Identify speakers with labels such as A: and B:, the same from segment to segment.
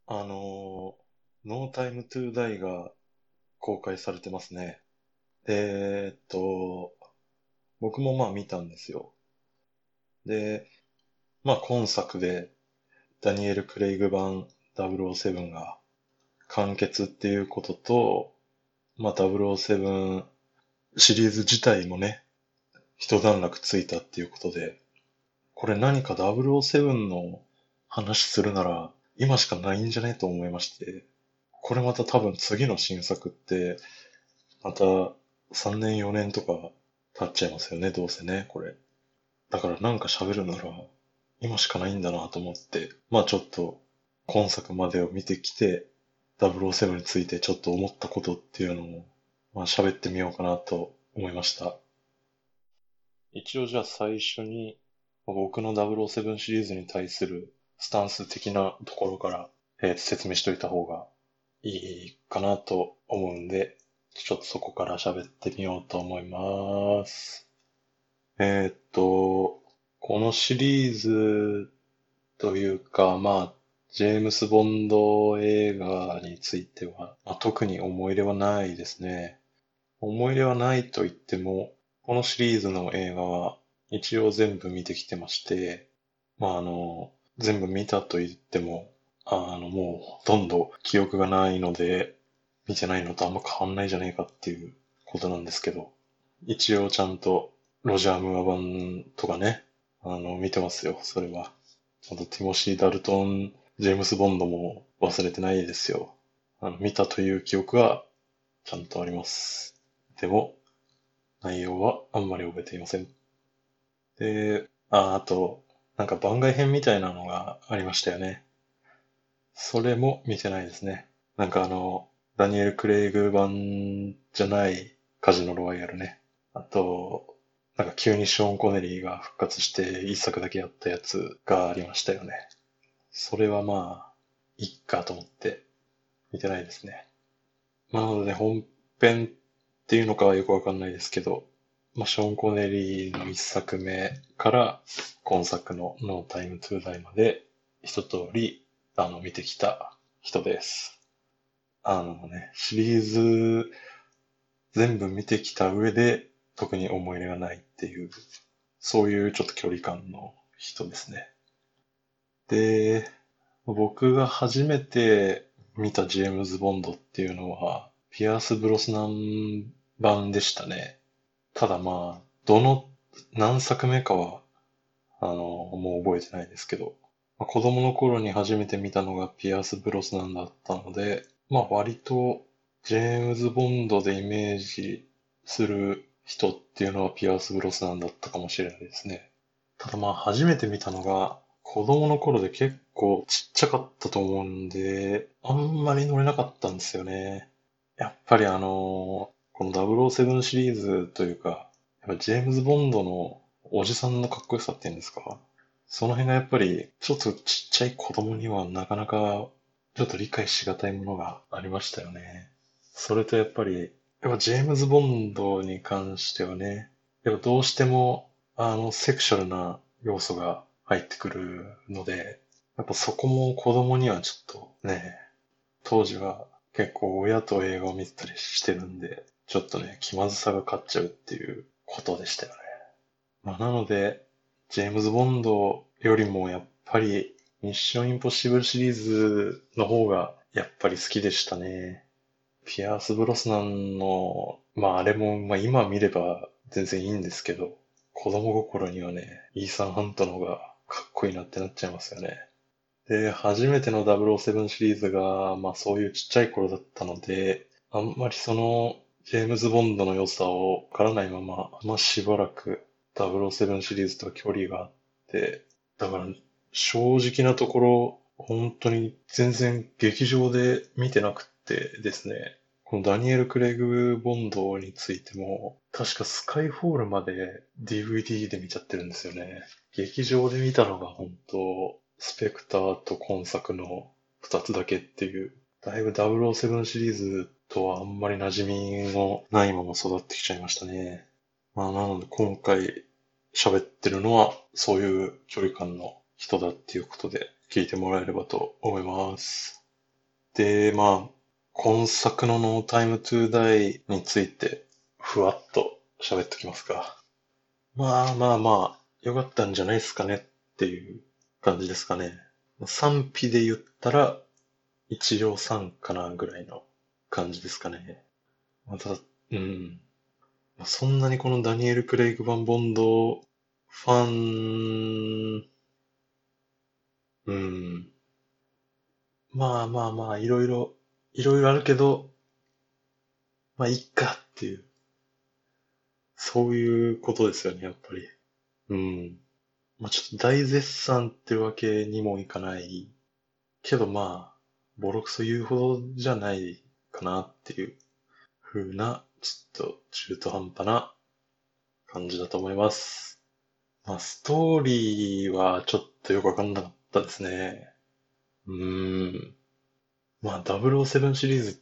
A: あのノータイムトゥーダイが公開されてますね。で、僕もまあ見たんですよ。で、まあ今作でダニエル・クレイグ版007が完結っていうことと、まあ007シリーズ自体もね、一段落ついたっていうことで、これ何か007の話するなら今しかないんじゃねと思いまして、これまた多分次の新作ってまた3年4年とか経っちゃいますよね、どうせね、これ。だからなんか喋るなら今しかないんだなと思って、まあちょっと今作までを見てきて007についてちょっと思ったことっていうのをまあ喋ってみようかなと思いました。一応じゃあ最初に僕の007シリーズに対するスタンス的なところから、説明しといた方がいいかなと思うんで、ちょっとそこから喋ってみようと思います。このシリーズというか、まあ、ジェームス・ボンド映画については、まあ、特に思い入れはないですね。思い入れはないと言っても、このシリーズの映画は一応全部見てきてまして、まあ全部見たと言っても、もうほとんど記憶がないので、見てないのとあんま変わんないじゃねえかっていうことなんですけど、一応ちゃんとロジャー・ムーア版とかね、見てますよ、それは。ちゃんとティモシー・ダルトン、ジェームス・ボンドも忘れてないですよ。見たという記憶がちゃんとあります。でも、内容はあんまり覚えていません。で、あと、なんか番外編みたいなのがありましたよね。それも見てないですね。なんかダニエル・クレイグ版じゃないカジノロワイヤルね。あと、なんか急にショーン・コネリーが復活して一作だけやったやつがありましたよね。それはまあ、いっかと思って見てないですね。まあ、なので本編っていうのかはよくわかんないですけど、まあ、ショーン・コネリーの一作目から今作のノータイム・トゥ・ダイまで一通り見てきた人です。シリーズ全部見てきた上で特に思い入れがないっていう、そういうちょっと距離感の人ですね。で、僕が初めて見たジェームズ・ボンドっていうのは、ピアース・ブロスナン版でしたね。ただまあ、何作目かは、もう覚えてないですけど、まあ、子供の頃に初めて見たのがピアース・ブロスナンだったので、まあ割と、ジェームズ・ボンドでイメージする人っていうのはピアース・ブロスナンだったかもしれないですね。ただまあ初めて見たのが子供の頃で結構ちっちゃかったと思うんで、あんまり乗れなかったんですよね。やっぱりこの007シリーズというか、やっぱジェームズ・ボンドのおじさんのかっこよさっていうんですか。その辺がやっぱりちょっとちっちゃい子供にはなかなかちょっと理解しがたいものがありましたよね。それとやっぱり、やっぱジェームズ・ボンドに関してはね、やっぱどうしてもセクシャルな要素が入ってくるので、やっぱそこも子供にはちょっとね、当時は結構親と映画を見てたりしてるんで、ちょっとね、気まずさが勝っちゃうっていうことでしたよね。まあ、なので、ジェームズ・ボンドよりもやっぱりミッション・インポッシブルシリーズの方がやっぱり好きでしたね。ピアース・ブロスナンの、まああれも、まあ今見れば全然いいんですけど、子供心にはね、イーサン・ハントの方がかっこいいなってなっちゃいますよね。で、初めての007シリーズが、まあそういうちっちゃい頃だったので、あんまりその、ジェームズ・ボンドの良さをわからないまま、まあしばらく007シリーズとは距離があって、だから正直なところ、本当に全然劇場で見てなくってですね、このダニエル・クレイグ・ボンドについても、確かスカイフォールまで DVD で見ちゃってるんですよね。劇場で見たのが本当、スペクターと今作の二つだけっていう、だいぶ007シリーズとはあんまり馴染みのないまま育ってきちゃいましたね。まあなので今回喋ってるのはそういう距離感の人だっていうことで聞いてもらえればと思います。 で、今作のノータイムトゥーダイについて、ふわっと喋っときますか。良かったんじゃないですかねっていう感じですかね。賛否で言ったら、一応3かなぐらいの感じですかね。ただ、うん。そんなにこのダニエル・クレイグ版ボンドファン、うん。いろいろあるけど、いっかっていう、そういうことですよね、やっぱり。うん。ちょっと大絶賛ってわけにもいかないけど、ボロクソ言うほどじゃないかなっていう風な、ちょっと中途半端な感じだと思います。ストーリーはちょっとよくわかんなかったですね。うーん。007シリーズって、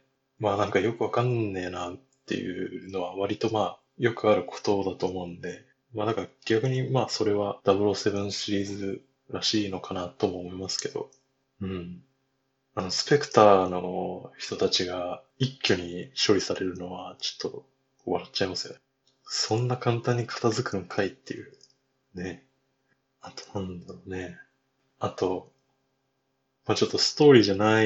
A: なんかよくわかんねえなっていうのは割とよくあることだと思うんで、なんか逆にそれは007シリーズらしいのかなとも思いますけど、うん。スペクターの人たちが一挙に処理されるのはちょっと笑っちゃいますよね。そんな簡単に片付くんかいっていう。ね。あとなんだろうね。あと、ちょっとストーリーじゃない、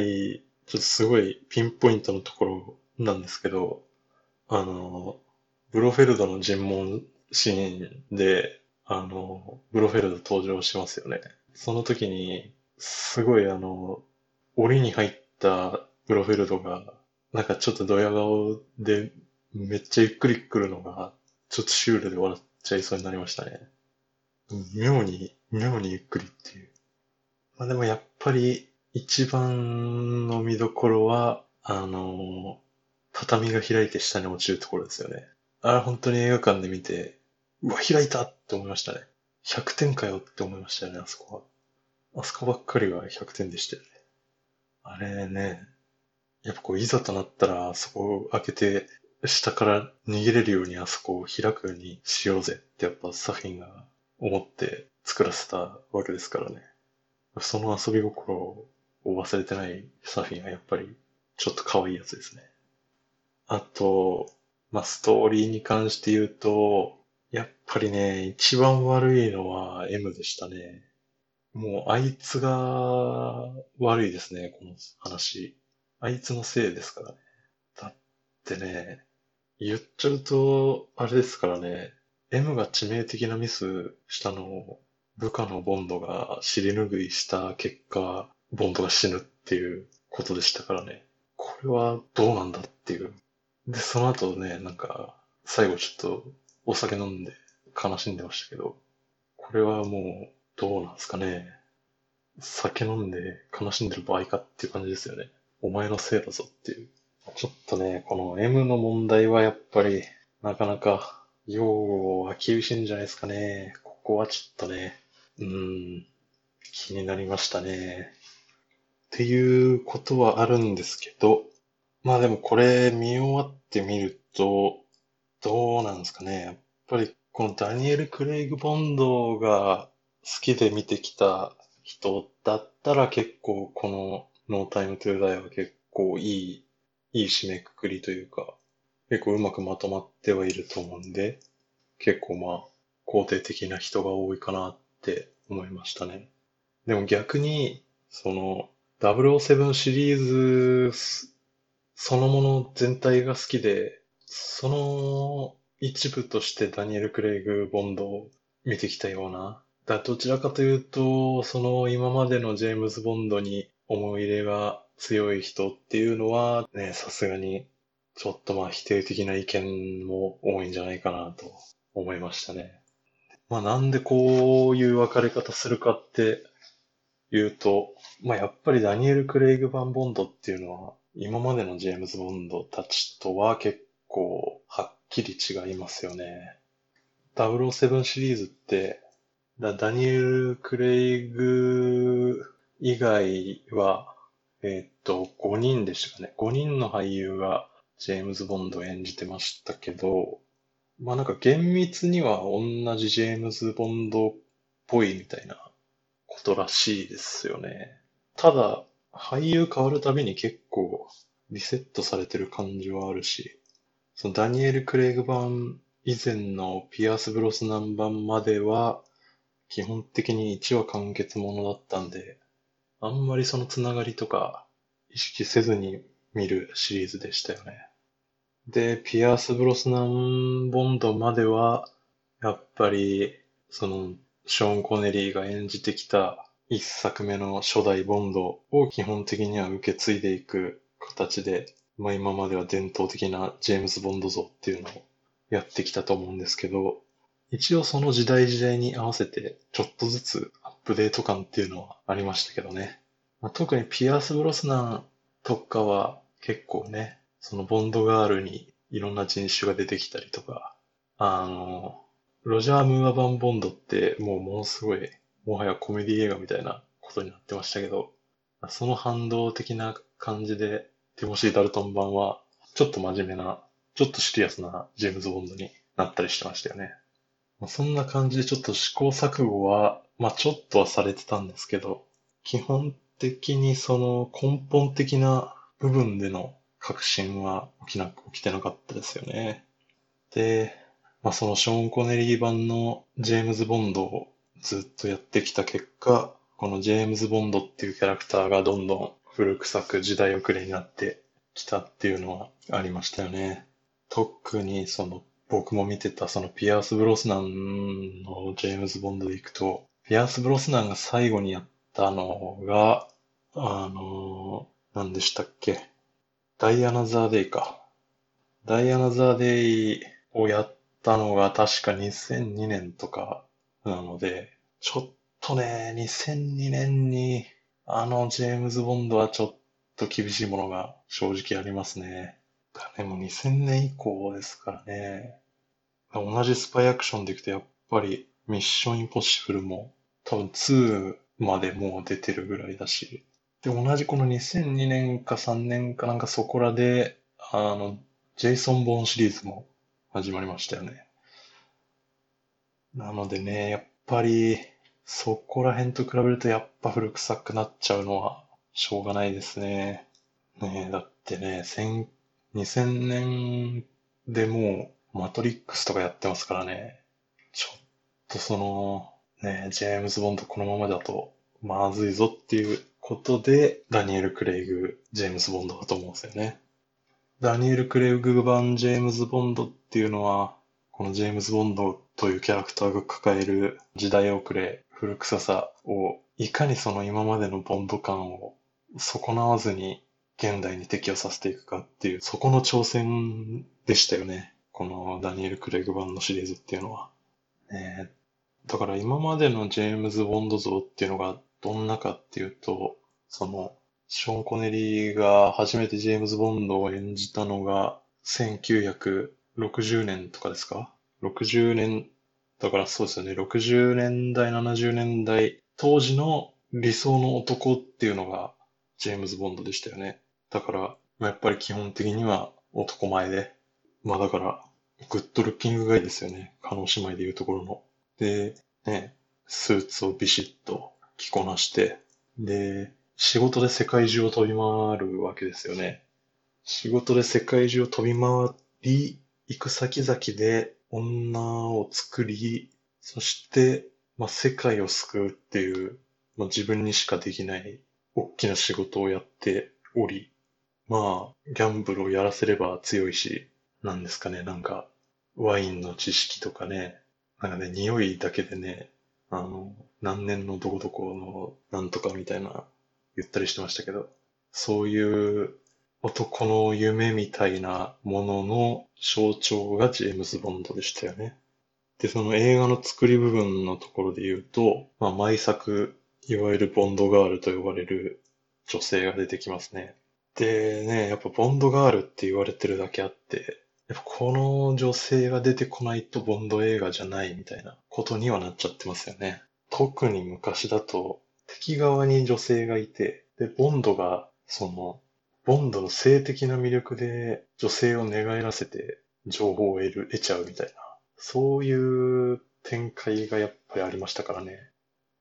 A: ちょっとすごいピンポイントのところなんですけど、あの、ブロフェルドの尋問シーンで、ブロフェルド登場しますよね。その時に、すごい檻に入ったブロフェルドが、なんかちょっとドヤ顔でめっちゃゆっくり来るのが、ちょっとシュールで笑っちゃいそうになりましたね。妙にゆっくりっていう。でもやっぱり一番の見どころは、畳が開いて下に落ちるところですよね。あれ本当に映画館で見て、うわ、開いたって思いましたね。100点かよって思いましたよね、あそこは。あそこばっかりが100点でしたよね。あれね、やっぱいざとなったら、あそこを開けて、下から逃げれるようにあそこを開くようにしようぜってやっぱサフィンが思って作らせたわけですからね。その遊び心を忘れてないサフィンはやっぱりちょっと可愛いやつですね。あと、ストーリーに関して言うと、やっぱりね、一番悪いのは M でしたね。もうあいつが悪いですね、この話。あいつのせいですからね。だってね、言っちゃうと、あれですからね、M が致命的なミスしたのを、部下のボンドが尻拭いした結果、ボンドが死ぬっていうことでしたからね。これはどうなんだっていう。で、その後ね、なんか、最後ちょっとお酒飲んで悲しんでましたけど、これはもうどうなんですかね。酒飲んで悲しんでる場合かっていう感じですよね。お前のせいだぞっていう。ちょっとね、この M の問題はやっぱり、なかなか、用語は厳しいんじゃないですかね。ここはちょっとね、うーん、気になりましたね。っていうことはあるんですけど、でもこれ見終わってみると、どうなんですかね。やっぱりこのダニエル・クレイグ・ボンドが好きで見てきた人だったら結構このノータイム・トゥ・ダイは結構いい締めくくりというか、結構うまくまとまってはいると思うんで、結構肯定的な人が多いかなって思いましたね。でも逆に、その、007シリーズそのもの全体が好きで、その一部としてダニエル・クレイグ・ボンドを見てきたような。どちらかというと、その今までのジェームズ・ボンドに思い入れが強い人っていうのはね、さすがにちょっと否定的な意見も多いんじゃないかなと思いましたね。なんでこういう分かれ方するかっていうと、やっぱりダニエル・クレイグ・バン・ボンドっていうのは、今までのジェームズ・ボンドたちとは結構はっきり違いますよね。007シリーズって、ダニエル・クレイグ以外は、5人でしたかね。5人の俳優がジェームズ・ボンドを演じてましたけど、なんか厳密には同じジェームズ・ボンドっぽいみたいなことらしいですよね。ただ、 俳優変わるたびに結構リセットされてる感じはあるし、そのダニエル・クレイグ版以前のピアース・ブロスナン版までは基本的に1話完結ものだったんで、あんまりそのつながりとか意識せずに見るシリーズでしたよね。で、ピアース・ブロスナン・ボンドまでは、やっぱり、その、ショーン・コネリーが演じてきた一作目の初代ボンドを基本的には受け継いでいく形で、まあ今までは伝統的なジェームズ・ボンド像っていうのをやってきたと思うんですけど、一応その時代時代に合わせてちょっとずつアップデート感っていうのはありましたけどね。まあ、特にピアース・ブロスナンとかは結構ね、そのボンドガールにいろんな人種が出てきたりとか、あの、ロジャー・ムーア版ボンドってもうものすごい、もはやコメディ映画みたいなことになってましたけど、その反動的な感じで、ティモシー・ダルトン版は、ちょっと真面目な、ちょっとシリアスなジェームズ・ボンドになったりしてましたよね。まあ、そんな感じでちょっと試行錯誤は、まあちょっとはされてたんですけど、基本的にその根本的な部分での革新は起きてなかったですよね。で、まあそのショーン・コネリー版のジェームズ・ボンドをずっとやってきた結果、このジェームズ・ボンドっていうキャラクターがどんどん古臭く時代遅れになってきたっていうのはありましたよね。特にその僕も見てたそのピアース・ブロスナンのジェームズ・ボンドでいくと、ピアース・ブロスナンが最後にやったのが、何でしたっけ、ダイアナ・ザー・デイか。ダイアナ・ザ・デイをやったのが確か2002年とかなので、ちょっとね、2002年にあのジェームズ・ボンドはちょっと厳しいものが正直ありますね。でも2000年以降ですからね。同じスパイアクションでいくとやっぱりミッション・インポッシブルも多分2までもう出てるぐらいだし。で、同じこの2002年か3年かなんかそこらで、ジェイソン・ボーンシリーズも始まりましたよね。なのでね、やっぱりそこら辺と比べるとやっぱ古臭くなっちゃうのはしょうがないですね。ねえ、だってね、2000年でもうマトリックスとかやってますからね。ちょっとその、ね、ジェームズ・ボンドこのままだとまずいぞっていうことで、ダニエル・クレイグ、ジェームズ・ボンドだと思うんですよね。ダニエル・クレイグ版ジェームズ・ボンドっていうのは、このジェームズ・ボンドというキャラクターが抱える時代遅れ、古臭さを、いかにその今までのボンド感を損なわずに現代に適応させていくかっていう、そこの挑戦でしたよね。このダニエル・クレイグ版のシリーズっていうのは。ねえ、だから今までのジェームズ・ボンド像っていうのがどんなかっていうと、その、ショーン・コネリーが初めてジェームズ・ボンドを演じたのが1960年とかですか？ 60 年、だからそうですよね。60年代、70年代、当時の理想の男っていうのがジェームズ・ボンドでしたよね。だから、まあやっぱり基本的には男前で、まあだから、グッドルッキングガイですよね。叶姉妹でいうところの。で、ね、スーツをビシッと着こなして、で、仕事で世界中を飛び回るわけですよね。仕事で世界中を飛び回り、行く先々で女を作り、そして、まあ、世界を救うっていう、まあ、自分にしかできない大きな仕事をやっており、まあ、ギャンブルをやらせれば強いし、なんですかね、なんか、ワインの知識とかね、なんかね、匂いだけでね、何年のどこどこのなんとかみたいな言ったりしてましたけど、そういう男の夢みたいなものの象徴がジェームズ・ボンドでしたよね。で、その映画の作り部分のところで言うと、まあ、毎作、いわゆるボンドガールと呼ばれる女性が出てきますね。でね、やっぱボンドガールって言われてるだけあって、やっぱこの女性が出てこないとボンド映画じゃないみたいなことにはなっちゃってますよね。特に昔だと敵側に女性がいて、で、ボンドがボンドの性的な魅力で女性を寝返らせて情報を得ちゃうみたいな、そういう展開がやっぱりありましたからね。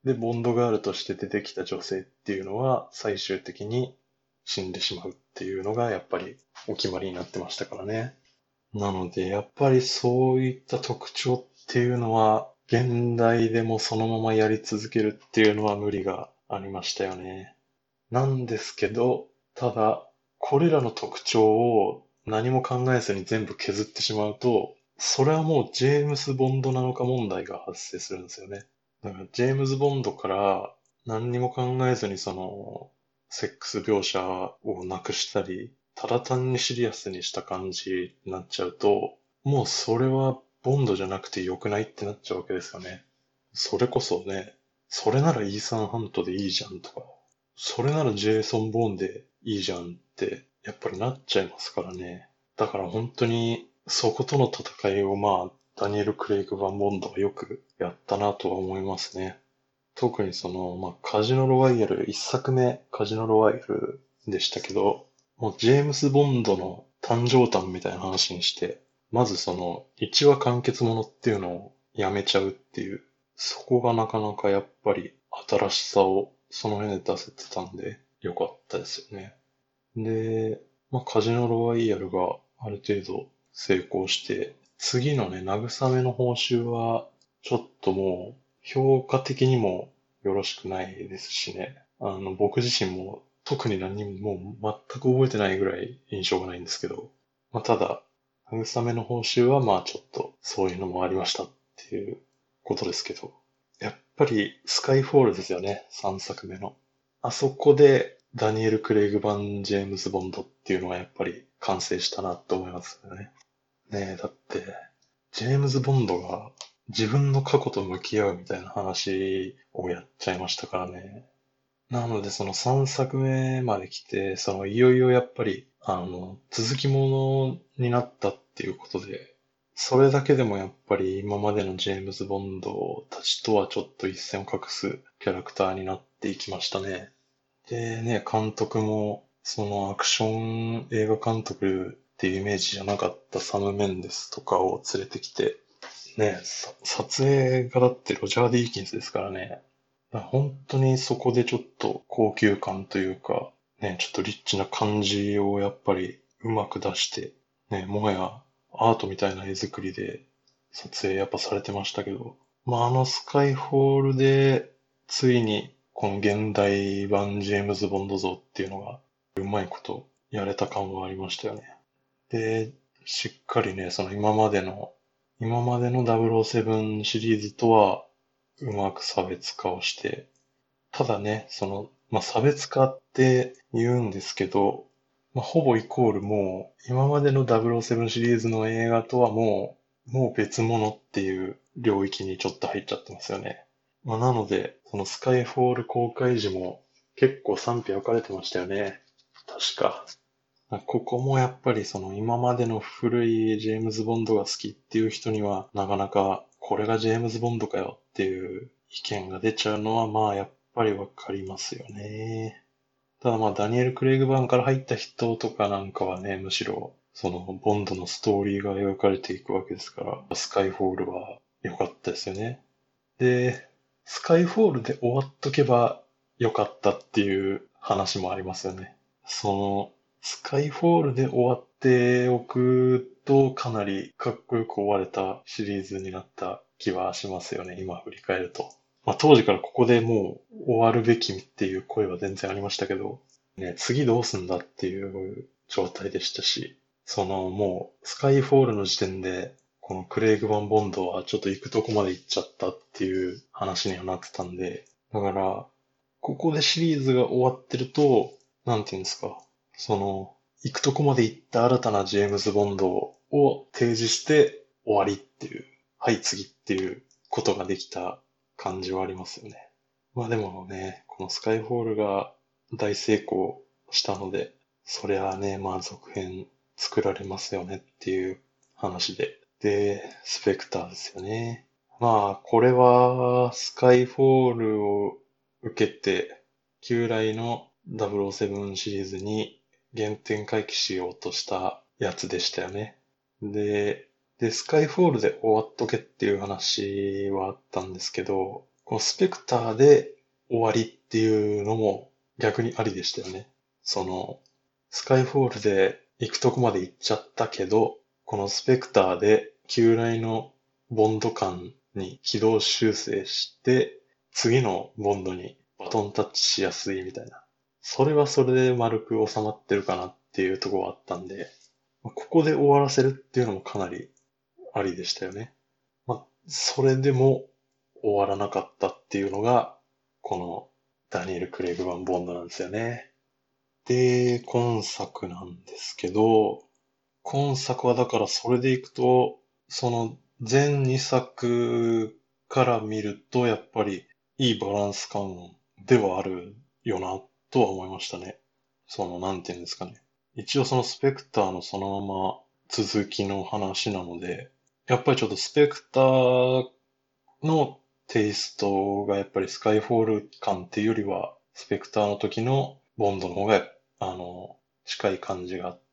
A: で、ボンドガールとして出てきた女性っていうのは最終的に死んでしまうっていうのがやっぱりお決まりになってましたからね。なので、やっぱりそういった特徴っていうのは、現代でもそのままやり続けるっていうのは無理がありましたよね。なんですけど、ただ、これらの特徴を何も考えずに全部削ってしまうと、それはもうジェームス・ボンドなのか問題が発生するんですよね。だから、ジェームズ・ボンドから何にも考えずにセックス描写をなくしたり、ただ単にシリアスにした感じになっちゃうと、もうそれはボンドじゃなくて良くないってなっちゃうわけですよね。それこそね、それならイーサン・ハントでいいじゃんとか、それならジェイソン・ボーンでいいじゃんって、やっぱりなっちゃいますからね。だから本当に、そことの戦いをダニエル・クレイグ・バン・ボンドはよくやったなとは思いますね。特にカジノロワイヤル、一作目、カジノロワイヤルでしたけど、もうジェームス・ボンドの誕生誕みたいな話にして、まず一話完結ものっていうのをやめちゃうっていう、そこがなかなかやっぱり新しさをその辺で出せてたんで、よかったですよね。で、カジノロワイヤルがある程度成功して、次のね、慰めの報酬は、ちょっともう、評価的にもよろしくないですしね。僕自身も特に何にももう全く覚えてないぐらい印象がないんですけど、ただ、慰めの報酬はちょっとそういうのもありましたっていうことですけど、やっぱりスカイフォールですよね、3作目の。あそこでダニエル・クレイグ版ジェームズ・ボンドっていうのはやっぱり完成したなと思いますよね。ねえ、だって、ジェームズ・ボンドが自分の過去と向き合うみたいな話をやっちゃいましたからね。なのでその3作目まで来て、いよいよやっぱり、続きものになったっていうことで、それだけでもやっぱり今までのジェームズ・ボンドたちとはちょっと一線を画すキャラクターになっていきましたね。でね、監督も、そのアクション映画監督っていうイメージじゃなかったサム・メンデスとかを連れてきて、ね、撮影がだってロジャー・ディーキンスですからね。だから本当にそこでちょっと高級感というか、ね、ちょっとリッチな感じをやっぱりうまく出して、ね、もはやアートみたいな絵作りで撮影やっぱされてましたけど、あのスカイフォールでついにこの現代版ジェームズ・ボンド像っていうのがうまいことやれた感はありましたよね。で、しっかりね、今までの007シリーズとはうまく差別化をして、ただね、差別化って言うんですけど、ほぼイコールもう、今までの007シリーズの映画とはもう別物っていう領域にちょっと入っちゃってますよね。なので、そのスカイフォール公開時も結構賛否分かれてましたよね。確か。ここもやっぱり今までの古いジェームズ・ボンドが好きっていう人にはなかなかこれがジェームズ・ボンドかよっていう意見が出ちゃうのはやっぱりわかりますよね。ただダニエル・クレイグ版から入った人とかなんかはね、むしろボンドのストーリーが描かれていくわけですから、スカイフォールは良かったですよね。で、スカイフォールで終わっとけば良かったっていう話もありますよね。スカイフォールで終わっておくとかなりかっこよく終われたシリーズになった気はしますよね、今振り返ると。当時からここでもう終わるべきっていう声は全然ありましたけど、ね、次どうすんだっていう状態でしたし、もうスカイフォールの時点でこのクレイグ・バン・ボンドはちょっと行くとこまで行っちゃったっていう話にはなってたんで、だから、ここでシリーズが終わってると、なんていうんですか、行くとこまで行った新たなジェームズ・ボンドを提示して終わりっていう、はい次っていうことができた感じはありますよね。でもね、このスカイフォールが大成功したので、そりゃあね、続編作られますよねっていう話で。で、スペクターですよね。これは、スカイフォールを受けて、旧来の007シリーズに原点回帰しようとしたやつでしたよね。で、スカイフォールで終わっとけっていう話はあったんですけど、 こうスペクターで終わりっていうのも逆にありでしたよね。その、スカイフォールで行くとこまで行っちゃったけど、このスペクターで旧来のボンド感に軌道修正して、次のボンドにバトンタッチしやすいみたいな。それはそれで丸く収まってるかなっていうところはあったんで、ここで終わらせるっていうのもかなりありでしたよね。それでも終わらなかったっていうのが、このダニエル・クレイグ版ボンドなんですよね。で、今作なんですけど、今作はだからそれでいくと、その全2作から見ると、やっぱりいいバランス感ではあるよな、とは思いましたね。その、なんていうんですかね。一応そのスペクターのそのまま続きの話なので、やっぱりちょっとスペクターのテイストがやっぱりスカイフォール感っていうよりは、スペクターの時のボンドの方が、近い感じがあって、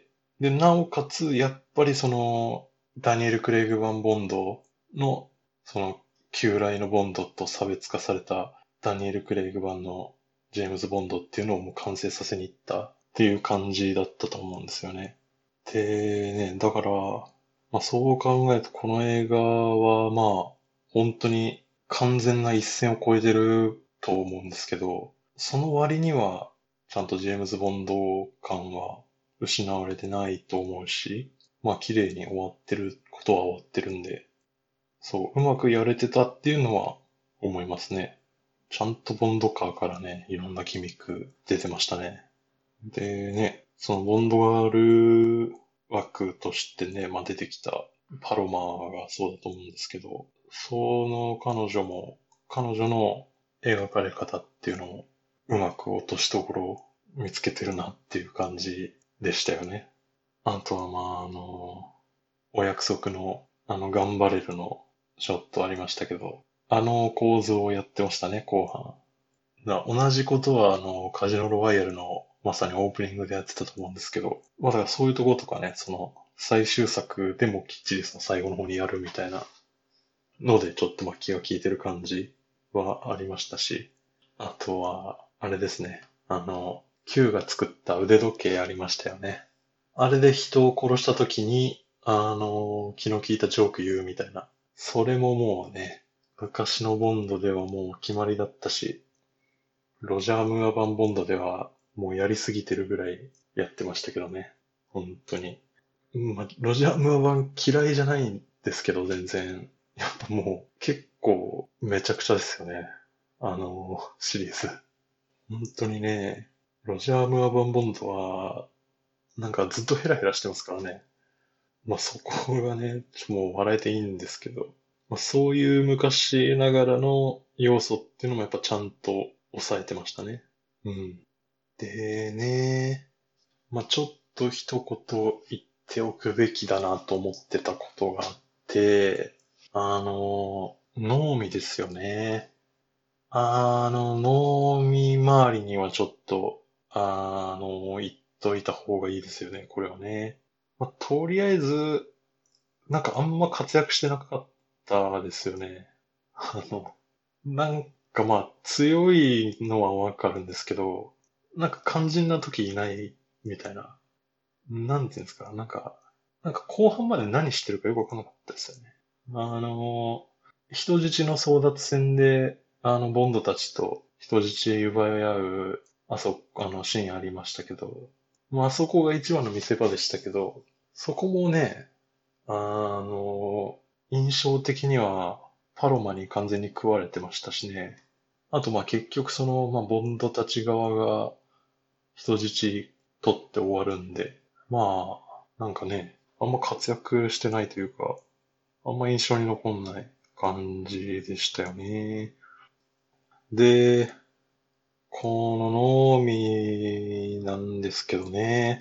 A: で、なおかつ、やっぱりその、ダニエル・クレイグ版ボンドの、その、旧来のボンドと差別化されたダニエル・クレイグ版のジェームズ・ボンドっていうのをもう完成させに行ったっていう感じだったと思うんですよね。でね、だから、そう考えるとこの映画は本当に完全な一線を越えてると思うんですけど、その割にはちゃんとジェームズ・ボンド感は失われてないと思うし、綺麗に終わってることは終わってるんで、そう、うまくやれてたっていうのは思いますね。ちゃんとボンドカーからね、いろんなギミック出てましたね。でね、そのボンドガール枠としてね、出てきたパロマーがそうだと思うんですけど、その彼女の描かれ方っていうのをうまく落としどころを見つけてるなっていう感じでしたよね。あとはお約束の頑張れるのショットありましたけど、あの構図をやってましたね、後半。同じことは、カジノロワイヤルの、まさにオープニングでやってたと思うんですけど、だからそういうところとかね、その、最終作でもきっちりその最後の方にやるみたいなので、ちょっと気が利いてる感じはありましたし、あとは、あれですね、Q が作った腕時計ありましたよね。あれで人を殺した時に、気の利いたジョーク言うみたいな。それももうね、昔のボンドではもう決まりだったし、ロジャー・ムーア版ボンドではもうやりすぎてるぐらいやってましたけどね。本当に。ロジャー・ムーア版嫌いじゃないんですけど、全然。やっぱもう結構めちゃくちゃですよね。シリーズ。本当にね、ロジャー・ムーア版ボンドは、なんかずっとヘラヘラしてますからね。そこがね、もう笑えていいんですけど、そういう昔ながらの要素っていうのもやっぱちゃんと抑えてましたね。うん。でね、ちょっと一言言っておくべきだなと思ってたことがあって、能見ですよね。能見周りにはちょっと、言っといた方がいいですよね、これはね。とりあえず、なんかあんま活躍してなかったですよね。なんか強いのはわかるんですけど、なんか肝心な時いないみたいな。なんていうんですか、なんか後半まで何してるかよくわかんなかったですよね。人質の争奪戦で、ボンドたちと人質奪い合う、シーンありましたけど、あそこが一番の見せ場でしたけど、そこもね、あ印象的には、パロマに完全に食われてましたしね。あと結局その、ボンドたち側が人質取って終わるんで、なんかね、あんま活躍してないというか、あんま印象に残んない感じでしたよね。で、このノーミーなんですけどね、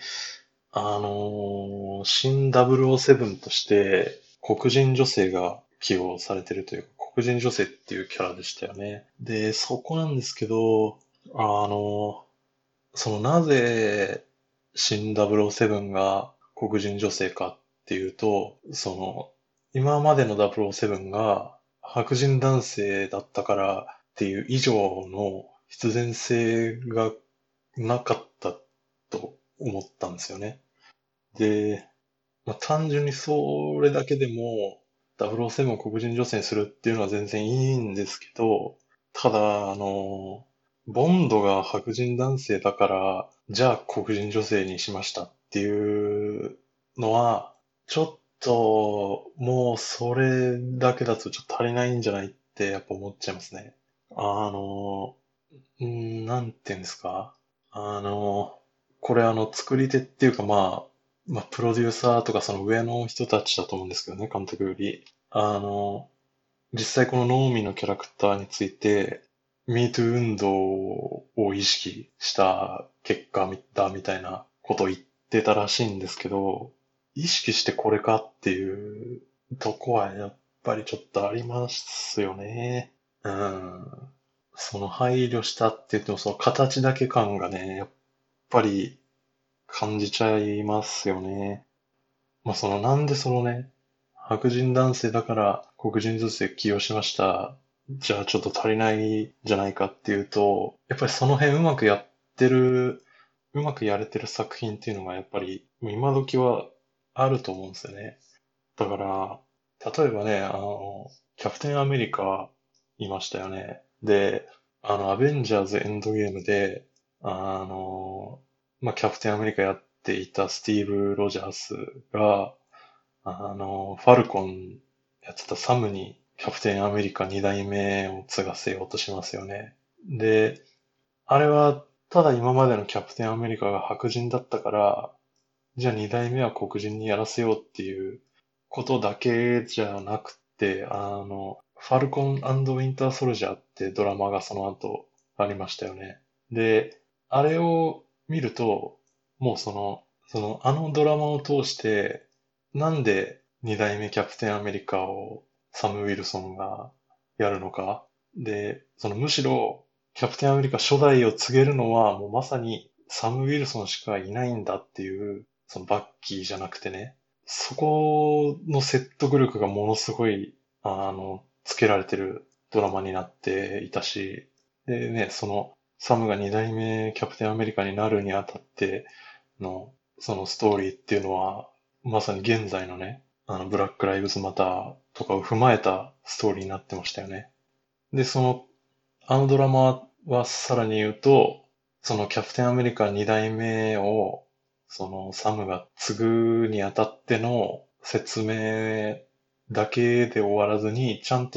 A: 新007として黒人女性が起用されてるというか、黒人女性っていうキャラでしたよね。で、そこなんですけど、あの、なぜ新007が黒人女性かっていうと、今までの007が、 白人男性だったからっていう以上の必然性がなかったと思ったんですよね。で、単純にそれだけでも007を黒人女性にするっていうのは全然いいんですけど、ただ、ボンドが白人男性だから、じゃあ黒人女性にしましたっていうのは、ちょっと、もうそれだけだとちょっと足りないんじゃないってやっぱ思っちゃいますね。あの、なんていうんですか。あの、これ作り手っていうかプロデューサーとかその上の人たちだと思うんですけどね、監督より。実際このノーミーのキャラクターについて、MeToo 運動を意識した結果だみたいなことを言ってたらしいんですけど、意識してこれかっていうとこはやっぱりちょっとありますよね。うん。その配慮したって言ってもその形だけ感がね、やっぱり感じちゃいますよね。なんでそのね、白人男性だから黒人女性起用しました。じゃあちょっと足りないじゃないかっていうと、やっぱりその辺うまくやれてる作品っていうのがやっぱり今時はあると思うんですよね。だから、例えばね、キャプテンアメリカいましたよね。で、アベンジャーズエンドゲームで、あの、キャプテンアメリカやっていたスティーブ・ロジャースが、ファルコンやってたサムにキャプテンアメリカ2代目を継がせようとしますよね。で、あれは、ただ今までのキャプテンアメリカが白人だったから、じゃあ2代目は黒人にやらせようっていうことだけじゃなくて、ファルコンウィンターソルジャーってドラマがその後ありましたよね。で、あれを見ると、もうあのドラマを通して、なんで2代目キャプテンアメリカをサム・ウィルソンがやるのか。で、むしろ、キャプテンアメリカ初代を告げるのは、もうまさにサム・ウィルソンしかいないんだっていう、そのバッキーじゃなくてね、そこの説得力がものすごい、つけられてるドラマになっていたし、でね、サムが2代目キャプテンアメリカになるにあたっての、そのストーリーっていうのは、まさに現在のね、ブラックライブズマターとかを踏まえたストーリーになってましたよね。で、あのドラマはさらに言うと、そのキャプテンアメリカ2代目を、サムが継ぐにあたっての説明だけで終わらずに、ちゃんと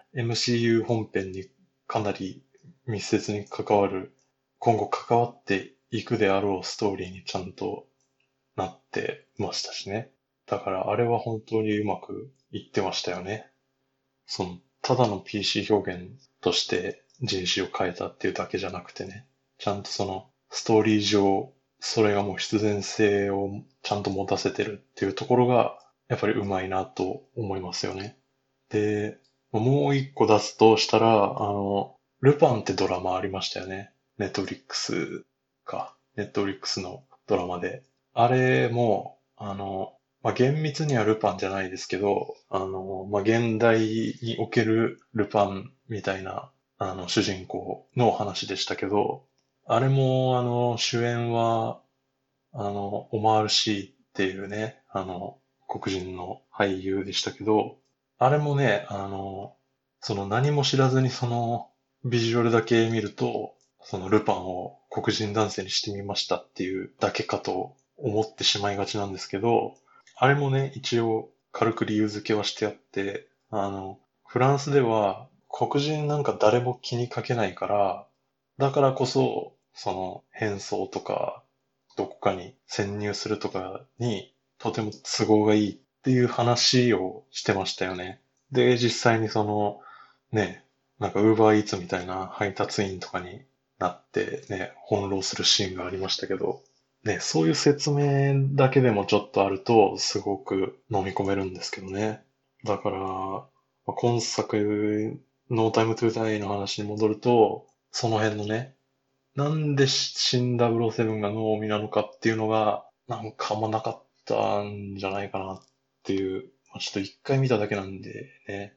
A: MCU 本編にかなり密接に関わる、今後関わっていくであろうストーリーにちゃんとなってましたしね。だからあれは本当にうまくいってましたよね。ただの PC 表現として人種を変えたっていうだけじゃなくてね、ちゃんとストーリー上、それがもう必然性をちゃんと持たせてるっていうところが、やっぱりうまいなと思いますよね。で、もう一個出すとしたら、ルパンってドラマありましたよね。ネットフリックスか。ネットフリックスのドラマで。あれも、厳密にはルパンじゃないですけど、現代におけるルパンみたいな、主人公のお話でしたけど、あれも、主演は、オマール・シーっていうね、黒人の俳優でしたけど、あれもね、何も知らずにビジュアルだけ見ると、ルパンを黒人男性にしてみましたっていうだけかと思ってしまいがちなんですけど、あれもね、一応軽く理由付けはしてあって、フランスでは黒人なんか誰も気にかけないから、だからこそ、変装とか、どこかに潜入するとかにとても都合がいいっていう話をしてましたよね。で、実際にね、なんかウーバーイーツみたいな配達員とかになってね、翻弄するシーンがありましたけど、ね、そういう説明だけでもちょっとあるとすごく飲み込めるんですけどね。だから、今作、ノータイムトゥーダイの話に戻ると、その辺のね、なんで新007がノーミなのかっていうのが、なんかあんまなかったんじゃないかなっていう、ちょっと一回見ただけなんでね、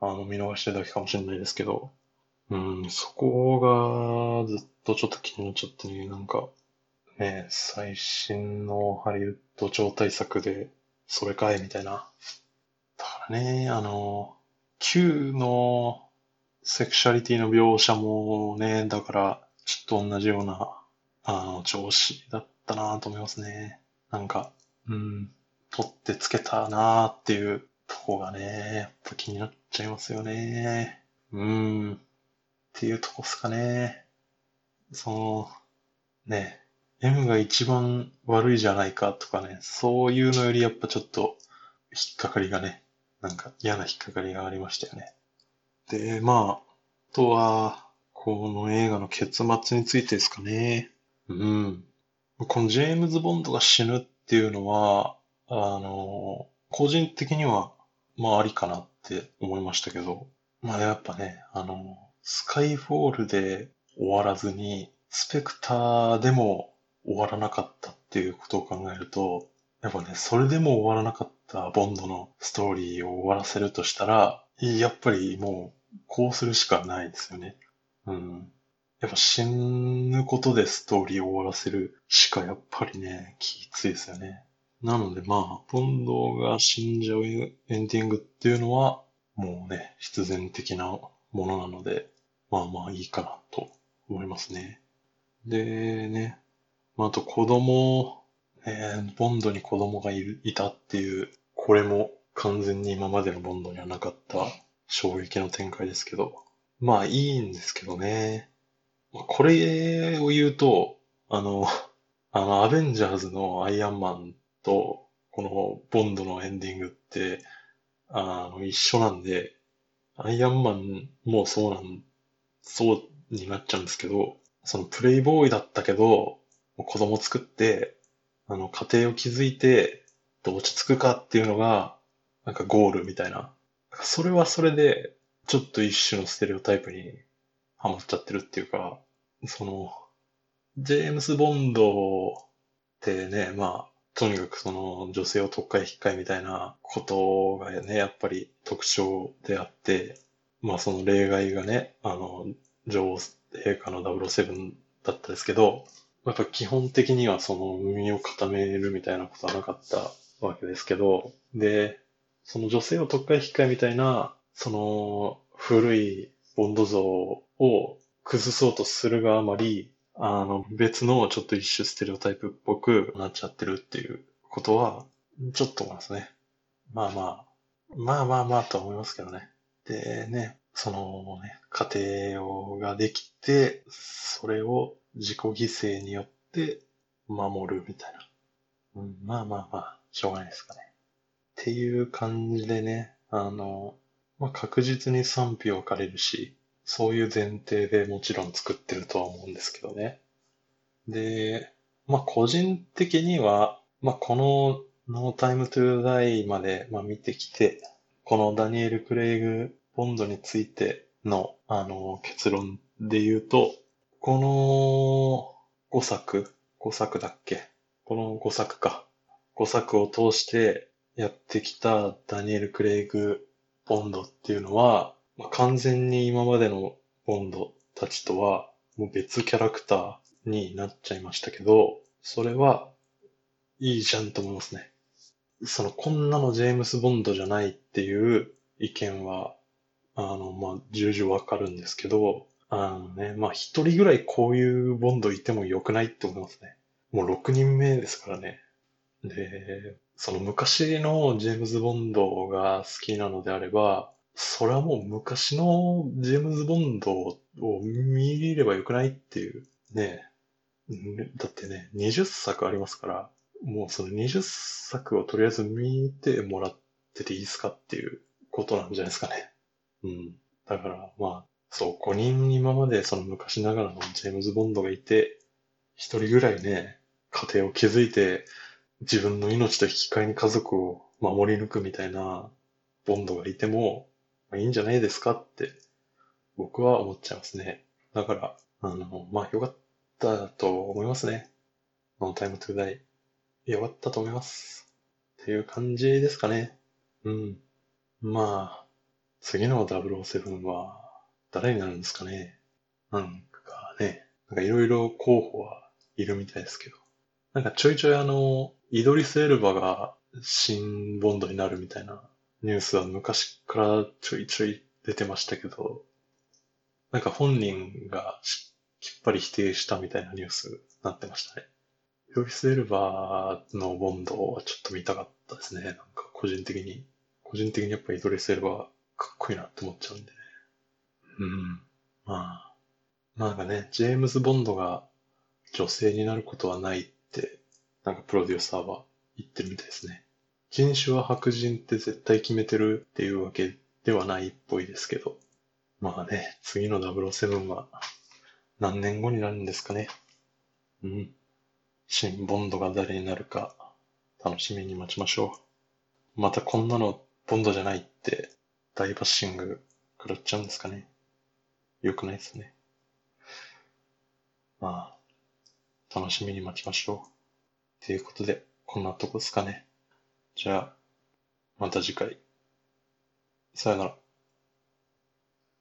A: 見逃してるだけかもしれないですけど、うん、そこがずっとちょっと気になっちゃってね、なんか、ね、最新のハリウッド超大作で、それかいみたいな。だからね、Q のセクシャリティの描写もね、だから、ちょっと同じような、調子だったなと思いますね。なんか、うん、取ってつけたなっていうとこがね、やっぱ気になっちゃいますよね。うん、っていうとこっすかね。その、ね、M が一番悪いじゃないかとかね、そういうのよりやっぱちょっと引っかかりがね、なんか嫌な引っかかりがありましたよね。で、まあ、あとは、この映画の結末についてですかね。うん。このジェームズ・ボンドが死ぬっていうのは、個人的には、まあありかなって思いましたけど、まあやっぱね、スカイフォールで終わらずに、スペクターでも終わらなかったっていうことを考えると、やっぱね、それでも終わらなかったボンドのストーリーを終わらせるとしたら、やっぱりもう、こうするしかないですよね。うん。やっぱ死ぬことでストーリーを終わらせるしかやっぱりね、きついですよね。なのでまあ、ボンドが死んじゃうエンディングっていうのは、もうね、必然的なものなので、まあまあいいかなと思いますね。でね、まあ、あと子供、ボンドに子供がいたっていう、これも完全に今までのボンドにはなかった衝撃の展開ですけど、まあいいんですけどね。これを言うと、あの、アベンジャーズのアイアンマンと、このボンドのエンディングって、一緒なんで、アイアンマンもそうになっちゃうんですけど、そのプレイボーイだったけど、もう子供作って、家庭を築いて、落ち着くかっていうのが、なんかゴールみたいな。それはそれで、ちょっと一種のステレオタイプにハマっちゃってるっていうか、その、ジェームス・ボンドってね、まあ、とにかくその女性を特会引っかいみたいなことがね、やっぱり特徴であって、まあその例外がね、女王陛下の007だったですけど、やっぱ基本的にはその耳を固めるみたいなことはなかったわけですけど、で、その女性を特会引っかいみたいな、その古いボンド像を崩そうとするがあまり、別のちょっと一種ステレオタイプっぽくなっちゃってるっていうことは、ちょっと思いますね。まあまあ、まあまあまあとは思いますけどね。でね、そのね、家庭をができて、それを自己犠牲によって守るみたいな。うん、まあまあまあ、しょうがないですかね。っていう感じでね、まあ確実に賛否分かれるし、そういう前提でもちろん作ってるとは思うんですけどね。で、まあ個人的には、まあこの No Time to Die まで、まあ、見てきて、このダニエル・クレイグ・ボンドについての、結論で言うと、この5作だっけ、この5作か。5作を通してやってきたダニエル・クレイグ・ボンドっていうのは、まあ、完全に今までのボンドたちとはもう別キャラクターになっちゃいましたけど、それはいいじゃんと思いますね。こんなのジェームス・ボンドじゃないっていう意見は、まあ、重々わかるんですけど、まあ、一人ぐらいこういうボンドいても良くないって思いますね。もう6人目ですからね。で、その昔のジェームズ・ボンドが好きなのであれば、それはもう昔のジェームズ・ボンドを見ればよくないっていう。ね、だってね、20作ありますから、もうその20作をとりあえず見てもらってていいですかっていうことなんじゃないですかね。うん。だからまあ、そう、5人今までその昔ながらのジェームズ・ボンドがいて、一人ぐらいね、家庭を築いて自分の命と引き換えに家族を守り抜くみたいなボンドがいても、まあ、いいんじゃないですかって僕は思っちゃいますね。だから、まあよかったと思いますね。ノータイムトゥーダイ。よかったと思います。っていう感じですかね。うん。まあ、 次の007は誰になるんですかね。なんかいろいろ候補はいるみたいですけど。なんかちょいちょいイドリス・エルバが新ボンドになるみたいなニュースは昔からちょいちょい出てましたけど、なんか本人がきっぱり否定したみたいなニュースになってましたね。イドリス・エルバのボンドはちょっと見たかったですね。なんか個人的にやっぱイドリス・エルバかっこいいなって思っちゃうんでね。うん。まあ、なんかね、ジェームズ・ボンドが女性になることはないって、なんかプロデューサーは言ってるみたいですね。人種は白人って絶対決めてるっていうわけではないっぽいですけど。まあね、次の007は何年後になるんですかね。うん。新ボンドが誰になるか楽しみに待ちましょう。またこんなのボンドじゃないって大バッシング食らっちゃうんですかね。よくないですね。まあ、楽しみに待ちましょう。ということで、こんなとこですかね。じゃあ、また次回。さよなら。